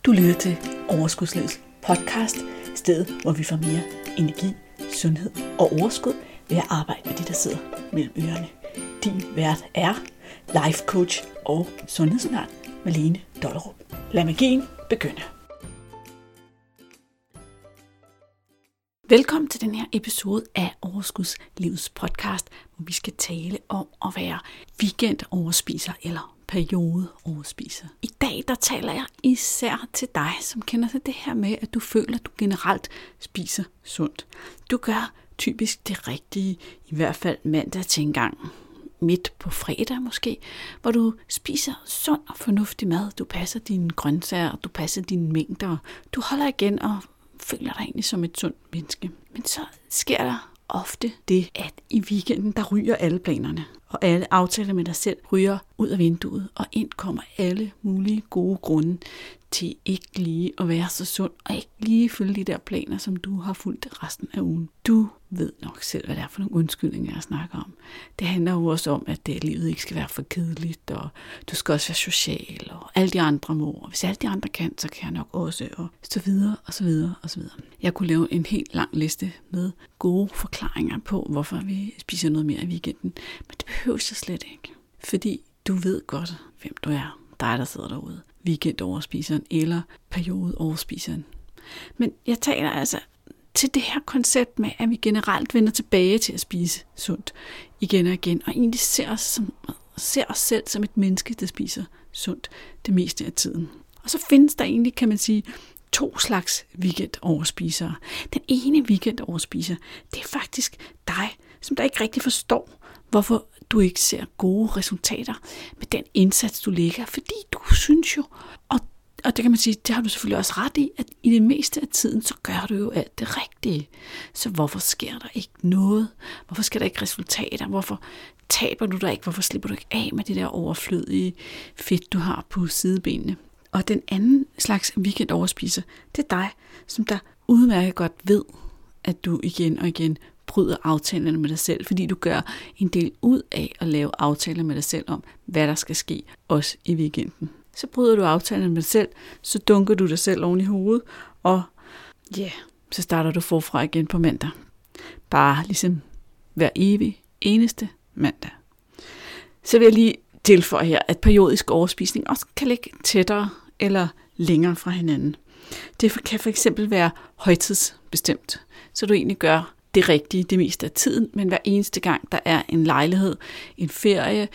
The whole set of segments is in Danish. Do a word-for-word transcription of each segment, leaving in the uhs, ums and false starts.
Du lytter til Overskudslivets podcast, stedet hvor vi får mere energi, sundhed og overskud ved at arbejde med de, der sidder mellem ørerne. Din vært er life coach og sundhedsundern Malene Dollerup. Lad magien begynde. Velkommen til den her episode af Overskudslivets podcast, hvor vi skal tale om at være weekendoverspiser eller periodeoverspiser. I dag der taler jeg især til dig, som kender til det her med, at du føler, at du generelt spiser sundt. Du gør typisk det rigtige, i hvert fald mandag til en gang midt på fredag måske, hvor du spiser sund og fornuftig mad. Du passer dine grøntsager, du passer dine mængder, du holder igen og føler dig egentlig som et sundt menneske. Men så sker der ofte det, at i weekenden, der ryger alle planerne. Og alle aftaler med dig selv ryger ud af vinduet, og ind kommer alle mulige gode grunde til ikke lige at være så sund, og ikke lige følge de der planer, som du har fulgt resten af ugen. Du ved nok selv, hvad det er for nogle undskyldninger, jeg snakker om. Det handler jo også om, at det, livet ikke skal være for kedeligt, og du skal også være social, og alle de andre må. Og hvis alle de andre kan, så kan jeg nok også, og så videre, og så videre, og så videre. Jeg kunne lave en helt lang liste med gode forklaringer på, hvorfor vi spiser noget mere i weekenden, men det behøver jeg slet ikke. Fordi du ved godt, hvem du er. Dig, der sidder derude. Weekendoverspiseren eller periodeoverspiseren. Men jeg taler altså til det her koncept med, at vi generelt vender tilbage til at spise sundt igen og igen, og egentlig ser os, som, ser os selv som et menneske, der spiser sundt det meste af tiden. Og så findes der egentlig, kan man sige, to slags weekendoverspisere. Den ene weekendoverspiser, det er faktisk dig, som der ikke rigtig forstår, hvorfor du ikke ser gode resultater med den indsats, du lægger. Fordi du synes jo, og, og det kan man sige, det har du selvfølgelig også ret i, at i det meste af tiden, så gør du jo alt det rigtige. Så hvorfor sker der ikke noget? Hvorfor sker der ikke resultater? Hvorfor taber du dig ikke? Hvorfor slipper du ikke af med det der overflødige fedt, du har på sidebenene? Og den anden slags weekendoverspiser, det er dig, som der udmærket godt ved, at du igen og igen bryder aftalerne med dig selv, fordi du gør en del ud af at lave aftaler med dig selv om, hvad der skal ske, også i weekenden. Så bryder du aftalerne med dig selv, så dunker du dig selv oven i hovedet, og ja, yeah, så starter du forfra igen på mandag. Bare ligesom hver evig eneste mandag. Så vil jeg lige tilføje her, at periodisk overspisning også kan ligge tættere eller længere fra hinanden. Det kan for eksempel være højtidsbestemt, så du egentlig gør det rigtige det meste af tiden, men hver eneste gang, der er en lejlighed, en ferie,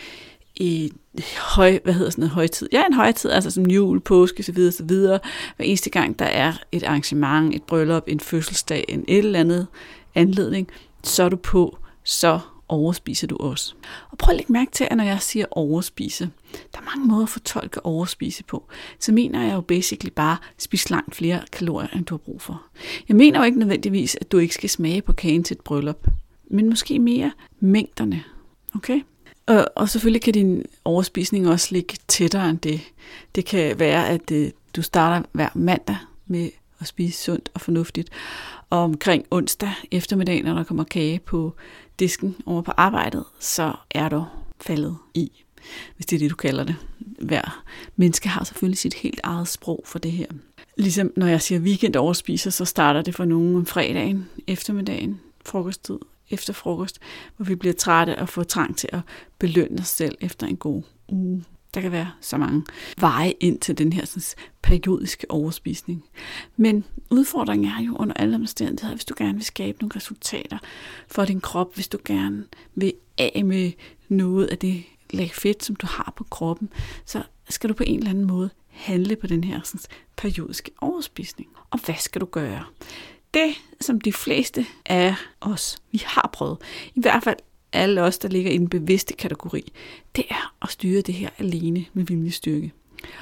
en høj, hvad hedder sådan noget, højtid? Ja, en højtid, altså som jul, påske, så videre, så videre. Hver eneste gang, der er et arrangement, et bryllup, en fødselsdag, en et eller andet anledning, så er du på, så overspiser du også. Og prøv at lægge mærke til, at når jeg siger overspise, der er mange måder at fortolke overspise på. Så mener jeg jo basically bare spise langt flere kalorier, end du har brug for. Jeg mener jo ikke nødvendigvis, at du ikke skal smage på kagen til et bryllup, men måske mere mængderne. Okay? Og, og selvfølgelig kan din overspisning også ligge tættere end det. Det kan være, at øh, du starter hver mandag med at spise sundt og fornuftigt, og omkring onsdag eftermiddag, når der kommer kage på disken over på arbejdet, så er du faldet i, hvis det er det, du kalder det. Hver menneske har selvfølgelig sit helt eget sprog for det her. Ligesom når jeg siger weekendoverspiser, så starter det for nogen om fredagen, eftermiddagen, frokosttid, efter frokost, hvor vi bliver trætte og får trang til at belønne os selv efter en god uge. Der kan være så mange veje ind til den her sådan, periodiske overspisning. Men udfordringen er jo under alle omstændigheder, hvis du gerne vil skabe nogle resultater for din krop, hvis du gerne vil af med noget af det lag fedt, som du har på kroppen, så skal du på en eller anden måde handle på den her sådan, periodiske overspisning. Og hvad skal du gøre? Det, som de fleste af os, vi har prøvet, i hvert fald alle os, der ligger i den bevidste kategori, det er at styre det her alene med viljestyrke.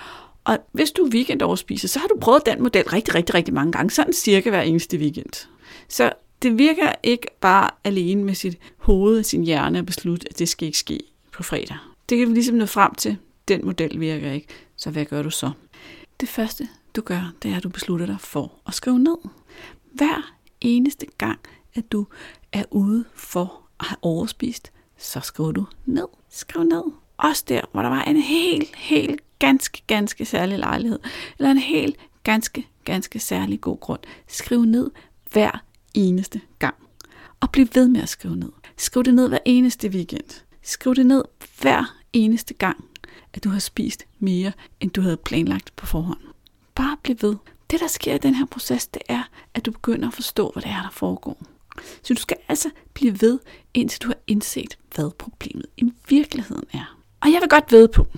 Og hvis du weekendoverspiser, så har du prøvet den model rigtig, rigtig, rigtig mange gange, sådan cirka hver eneste weekend. Så det virker ikke bare alene med sit hoved og sin hjerne at beslutte, at det skal ikke ske på fredag. Det kan vi ligesom nå frem til. Den model virker ikke. Så hvad gør du så? Det første, du gør, det er, at du beslutter dig for at skrive ned. Hver eneste gang, at du er ude for at have overspist, så skriver du ned. Skriv ned. Også der, hvor der var en helt, helt ganske, ganske særlig lejlighed, eller en helt ganske, ganske særlig god grund. Skriv ned hver eneste gang. Og bliv ved med at skrive ned. Skriv det ned hver eneste weekend. Skriv det ned hver eneste gang, at du har spist mere, end du havde planlagt på forhånd. Bare bliv ved. Det, der sker i den her proces, det er, at du begynder at forstå, hvad det er, der foregår. Så du skal altså blive ved, indtil du har indset, hvad problemet i virkeligheden er. Og jeg vil godt ved på,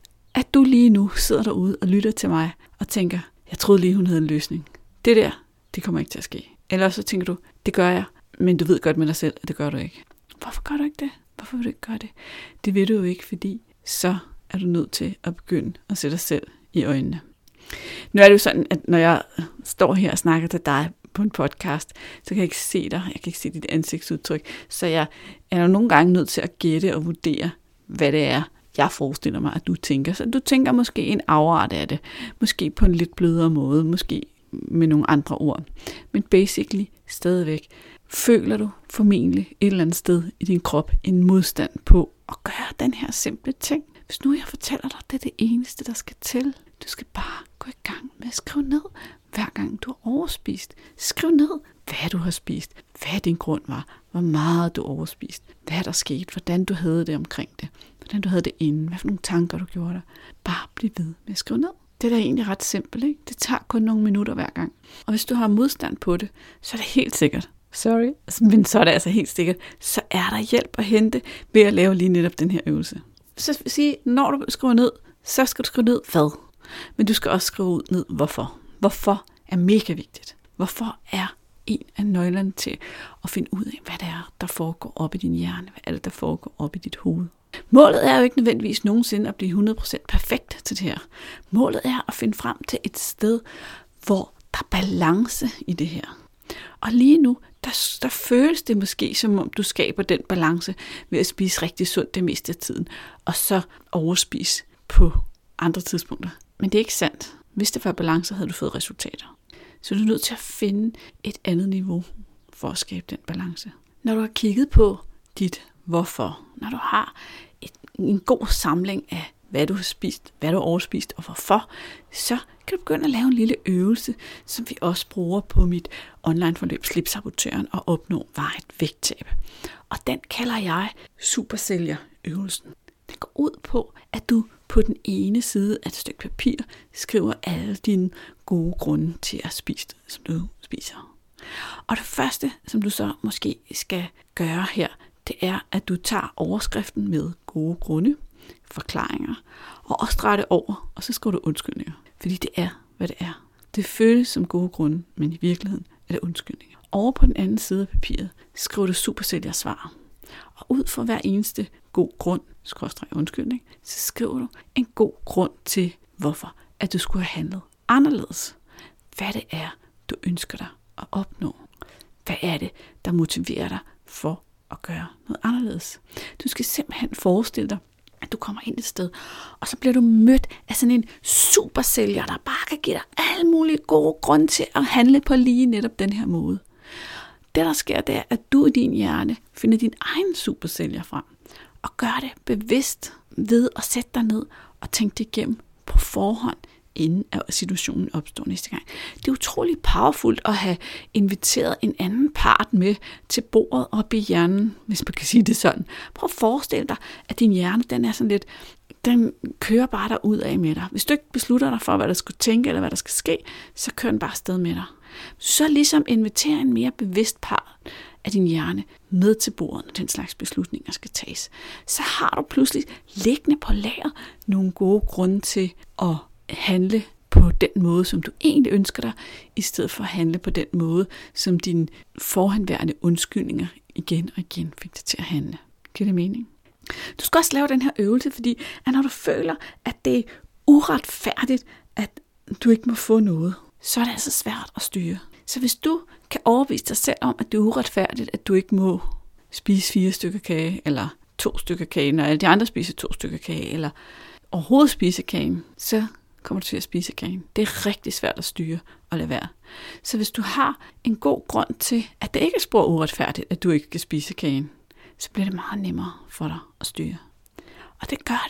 at du lige nu sidder derude og lytter til mig og tænker, jeg troede lige, hun havde en løsning. Det der, det kommer ikke til at ske. Eller så tænker du, det gør jeg, men du ved godt med dig selv, at det gør du ikke. Hvorfor gør du ikke det? Hvorfor vil du ikke gøre det? Det ved du jo ikke, fordi så er du nødt til at begynde at sætte dig selv i øjnene. Nu er det jo sådan, at når jeg står her og snakker til dig på en podcast, så kan jeg ikke se dig, jeg kan ikke se dit ansigtsudtryk, så jeg er jo nogle gange nødt til at gætte og vurdere, hvad det er, jeg forestiller mig, at du tænker. Så du tænker måske en afart af det, måske på en lidt blødere måde, måske med nogle andre ord. Men basically stadigvæk føler du formentlig et eller andet sted i din krop en modstand på at gøre den her simple ting. Hvis nu jeg fortæller dig, det er det eneste, der skal til. Du skal bare gå i gang med at skrive ned, hver gang du har overspist. Skriv ned, hvad du har spist, hvad din grund var, hvor meget du overspist, hvad der skete, hvordan du havde det omkring det, hvordan du havde det inden, hvad for nogle tanker du gjorde dig. Bare bliv ved med at skrive ned. Det er da egentlig ret simpelt, ikke? Det tager kun nogle minutter hver gang. Og hvis du har modstand på det, så er det helt sikkert. Sorry. Men så er det altså helt sikkert. Så er der hjælp at hente ved at lave lige netop den her øvelse. Så vil sige, når du skriver ned, så skal du skrive ned hvad. Men du skal også skrive ud ned hvorfor. Hvorfor er mega vigtigt. Hvorfor er en af nøglerne til at finde ud af, hvad det er, der foregår op i din hjerne. Hvad er det, der foregår op i dit hoved. Målet er jo ikke nødvendigvis nogensinde at blive hundrede procent perfekt til det her. Målet er at finde frem til et sted, hvor der er balance i det her. Og lige nu, der, der føles det måske, som om du skaber den balance ved at spise rigtig sundt det meste af tiden, og så overspise på andre tidspunkter. Men det er ikke sandt. Hvis det var balance, havde du fået resultater. Så du er nødt til at finde et andet niveau for at skabe den balance. Når du har kigget på dit hvorfor, når du har et, en god samling af, hvad du har spist, hvad du har overspist og hvorfor, så kan du begynde at lave en lille øvelse, som vi også bruger på mit online forløb Slip Sabotøren og opnå varigt vægttab. Og den kalder jeg supersælgerøvelsen. Den går ud på, at du på den ene side af et stykke papir skriver alle dine gode grunde til at spise det, som du spiser. Og det første, som du så måske skal gøre her, det er, at du tager overskriften med gode grunde, forklaringer, og også drejer det over, og så skriver du undskyldninger. Fordi det er, hvad det er. Det føles som gode grunde, men i virkeligheden er det undskyldninger. Over på den anden side af papiret skriver du supersælgersvar. Og ud fra hver eneste god grund, skråstreg undskyldning, så skriver du en god grund til, hvorfor at du skulle have handlet anderledes. Hvad det er, du ønsker dig at opnå. Hvad er det, der motiverer dig for at gøre noget anderledes. Du skal simpelthen forestille dig, at du kommer ind et sted, og så bliver du mødt af sådan en supersælger, der bare kan give dig alle mulige gode grunde til at handle på lige netop den her måde. Det, der sker, det er, at du i din hjerne finder din egen supersælger frem, og gør det bevidst ved at sætte dig ned og tænke det igennem på forhånd, inden situationen opstår næste gang. Det er utroligt powerfult at have inviteret en anden part med til bordet op i hjernen, hvis man kan sige det sådan. Prøv at forestille dig, at din hjerne, den er sådan lidt, den kører bare der ud af med dig. Hvis du ikke beslutter dig for, hvad der skal tænke, eller hvad der skal ske, så kører den bare afsted med dig. Så ligesom invitere en mere bevidst part af din hjerne med til bordet, når den slags beslutninger skal tages. Så har du pludselig liggende på lager nogle gode grunde til at handle på den måde, som du egentlig ønsker dig, i stedet for at handle på den måde, som dine forhenværende undskyldninger igen og igen fik dig til at handle. Giver det mening? Du skal også lave den her øvelse, fordi at når du føler, at det er uretfærdigt, at du ikke må få noget, så er det altså svært at styre. Så hvis du kan overbevise dig selv om, at det er uretfærdigt, at du ikke må spise fire stykker kage, eller to stykker kage, når alle de andre spiser to stykker kage, eller overhovedet spise kagen, så kommer du til at spise kagen. Det er rigtig svært at styre og lade være. Så hvis du har en god grund til, at det ikke er spor uretfærdigt, at du ikke skal spise kagen, så bliver det meget nemmere for dig at styre. Og det gør det jo,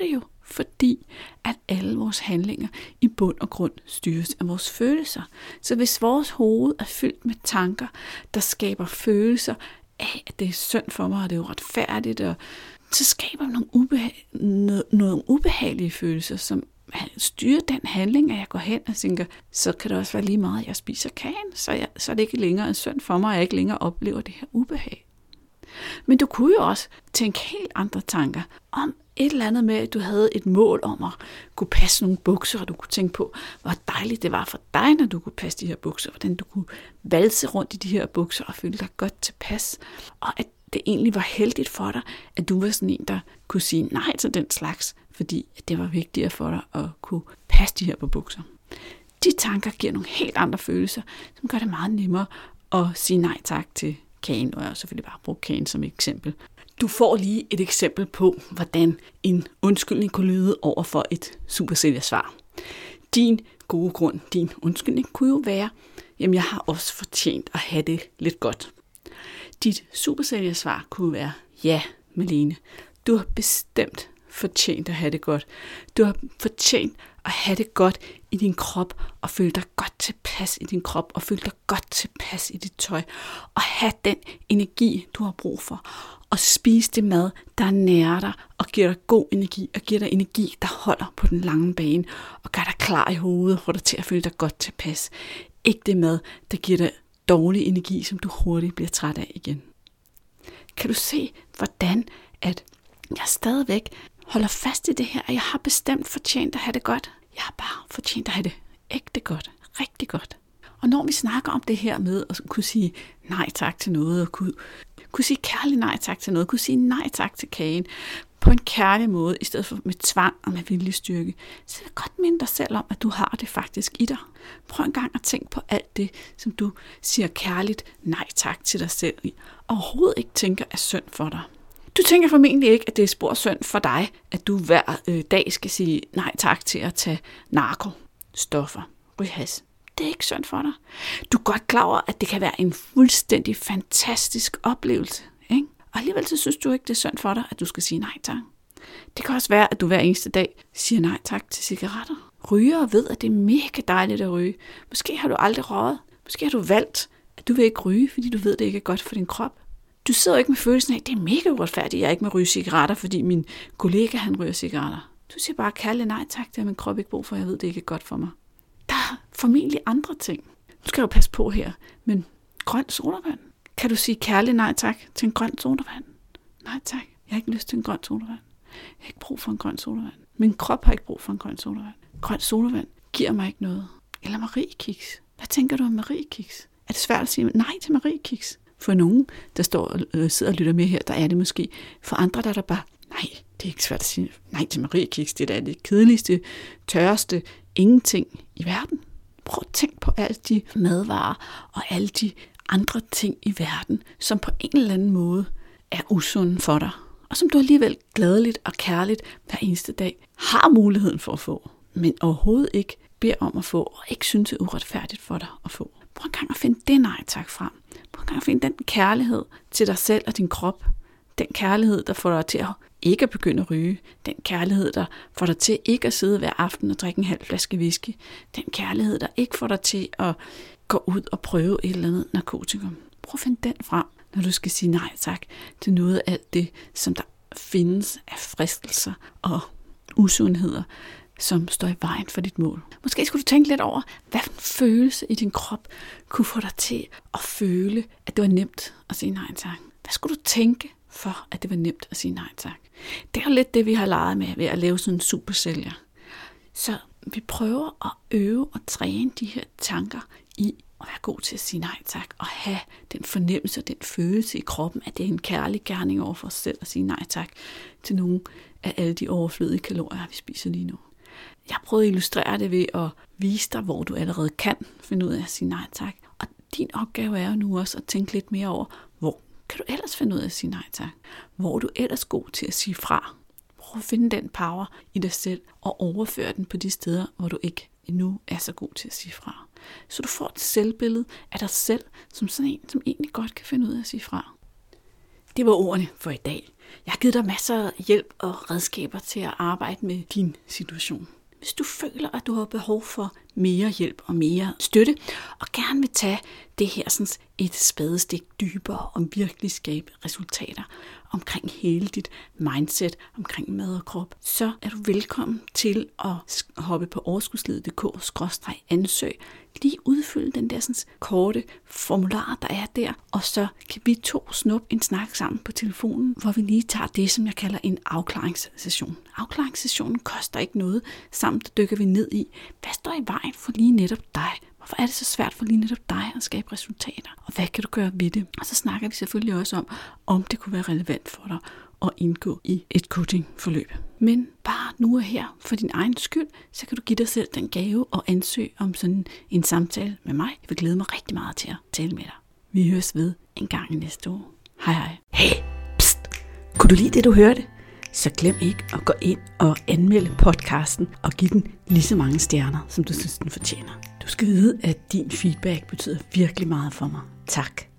fordi at alle vores handlinger i bund og grund styres af vores følelser. Så hvis vores hoved er fyldt med tanker, der skaber følelser af, at det er synd for mig, og det er uretfærdigt, og så skaber nogle, ubehag, noget, nogle ubehagelige følelser, som styrer den handling, at jeg går hen og tænker, så kan det også være lige meget, at jeg spiser kagen, så, jeg, så er det ikke længere en synd for mig, at jeg ikke længere oplever det her ubehag. Men du kunne jo også tænke helt andre tanker om et eller andet med, at du havde et mål om at kunne passe nogle bukser, og du kunne tænke på, hvor dejligt det var for dig, når du kunne passe de her bukser, hvordan du kunne valse rundt i de her bukser og føle dig godt tilpas, og at det egentlig var heldigt for dig, at du var sådan en, der kunne sige nej til den slags, fordi det var vigtigere for dig at kunne passe de her på bukser. De tanker giver nogle helt andre følelser, som gør det meget nemmere at sige nej tak til kagen, og jeg har selvfølgelig bare brugt kagen som et eksempel. Du får lige et eksempel på, hvordan en undskyldning kunne lyde over for et supersælgersvar. Din gode grund, din undskyldning kunne jo være, jamen jeg har også fortjent at have det lidt godt. Dit supersælgersvar kunne være, ja, Malene, du har bestemt fortjent at have det godt. Du har fortjent at have det godt i din krop, og føle dig godt tilpas i din krop, og føle dig godt tilpas i dit tøj, og have den energi, du har brug for, og spise det mad, der nærer dig, og giver dig god energi, og giver dig energi, der holder på den lange bane, og gør dig klar i hovedet, og får dig til at føle dig godt tilpas. Ikke det mad, der giver dig dårlig energi, som du hurtigt bliver træt af igen. Kan du se, hvordan at jeg stadigvæk holder fast i det her, at jeg har bestemt fortjent at have det godt. Jeg har bare fortjent at have det ægte godt, rigtig godt. Og når vi snakker om det her med at kunne sige nej tak til noget, og kunne, kunne sige kærlig nej tak til noget, kunne sige nej tak til kagen, på en kærlig måde, i stedet for med tvang og med viljestyrke, så er det godt minde dig selv om, at du har det faktisk i dig. Prøv en gang at tænke på alt det, som du siger kærligt nej tak til dig selv i, og overhovedet ikke tænker er synd for dig. Du tænker formentlig ikke, at det er spor synd for dig, at du hver øh, dag skal sige nej tak til at tage narko, stoffer, ryge hash. Det er ikke synd for dig. Du er godt klar over, at det kan være en fuldstændig fantastisk oplevelse, ikke? Og alligevel så synes du ikke, det er synd for dig, at du skal sige nej tak. Det kan også være, at du hver eneste dag siger nej tak til cigaretter. Ryger og ved, at det er mega dejligt at ryge. Måske har du aldrig røget. Måske har du valgt, at du vil ikke ryge, fordi du ved, at det ikke er godt for din krop. Du sidder ikke med følelsen af, at det er mega uretfærdigt, at jeg ikke må ryge cigaretter, fordi min kollega han ryger cigaretter. Du siger bare kærligt nej tak, det har min krop ikke brug for, jeg ved, det ikke er godt for mig. Der er formentlig andre ting. Nu skal du passe på her, men grøn sodavand. Kan du sige kærligt nej tak til en grøn sodavand? Nej tak, jeg har ikke lyst til en grøn sodavand. Jeg har ikke brug for en grøn sodavand. Min krop har ikke brug for en grøn sodavand. Grøn sodavand giver mig ikke noget. Eller Mariekiks. Hvad tænker du om Mariekiks? Er det svært at sige nej til Mariekiks? For nogen, der står og øh, sidder og lytter med her, der er det måske. For andre, der er der bare, nej, det er ikke svært at sige nej til Mariekiks. Det er det kedeligste, tørreste, ingenting i verden. Prøv at tænke på alle de madvarer og alle de andre ting i verden, som på en eller anden måde er usunde for dig. Og som du alligevel gladeligt og kærligt hver eneste dag har muligheden for at få. Men overhovedet ikke beder om at få, og ikke synes det er uretfærdigt for dig at få. Prøv en gang at finde det nej tak frem. Prøv en gang at finde den kærlighed til dig selv og din krop. Den kærlighed, der får dig til at ikke at begynde at ryge. Den kærlighed, der får dig til ikke at sidde hver aften og drikke en halv flaske whisky. Den kærlighed, der ikke får dig til at gå ud og prøve et eller andet narkotikum. Prøv at finde den frem, når du skal sige nej tak til noget af alt det, som der findes af fristelser og usundheder, som står i vejen for dit mål. Måske skulle du tænke lidt over, hvad for en følelse i din krop kunne få dig til at føle, at det var nemt at sige nej tak. Hvad skulle du tænke for, at det var nemt at sige nej tak? Det er jo lidt det, vi har leget med ved at lave sådan en supersælger. Så vi prøver at øve og træne de her tanker i at være god til at sige nej tak, og have den fornemmelse og den følelse i kroppen, at det er en kærlig gerning over for os selv at sige nej tak til nogle af alle de overflødige kalorier, vi spiser lige nu. Jeg har prøvet at illustrere det ved at vise dig, hvor du allerede kan finde ud af at sige nej tak. Og din opgave er jo nu også at tænke lidt mere over, hvor kan du ellers finde ud af at sige nej tak? Hvor er du ellers god til at sige fra? Prøv at finde den power i dig selv og overføre den på de steder, hvor du ikke endnu er så god til at sige fra. Så du får et selvbillede af dig selv, som sådan en, som egentlig godt kan finde ud af at sige fra. Det var ordene for i dag. Jeg har givet dig masser af hjælp og redskaber til at arbejde med din situation. Hvis du føler, at du har behov for mere hjælp og mere støtte, og gerne vil tage det her sådan et spadestik dybere og virkelig skabe resultater omkring hele dit mindset, omkring mad og krop, så er du velkommen til at hoppe på overskudslivet punktum d k skråstreg ansøg. Lige udfylde den der sådan korte formular, der er der, og så kan vi to snuppe en snak sammen på telefonen, hvor vi lige tager det, som jeg kalder en afklaringssession. Afklaringssessionen koster ikke noget. Sammen dykker vi ned i, hvad står i vejen for lige netop dig? Hvorfor er det så svært for lige netop dig at skabe resultater? Og hvad kan du gøre ved det? Og så snakker vi selvfølgelig også om, om det kunne være relevant for dig at indgå i et coachingforløb. Men bare nu og her, for din egen skyld, så kan du give dig selv den gave og ansøge om sådan en samtale med mig. Jeg vil glæde mig rigtig meget til at tale med dig. Vi høres ved en gang i næste uge. Hej hej. Hey, pst. Kunne du lide det, du hørte? Så glem ikke at gå ind og anmelde podcasten og give den lige så mange stjerner, som du synes, den fortjener. Du skal vide, at din feedback betyder virkelig meget for mig. Tak.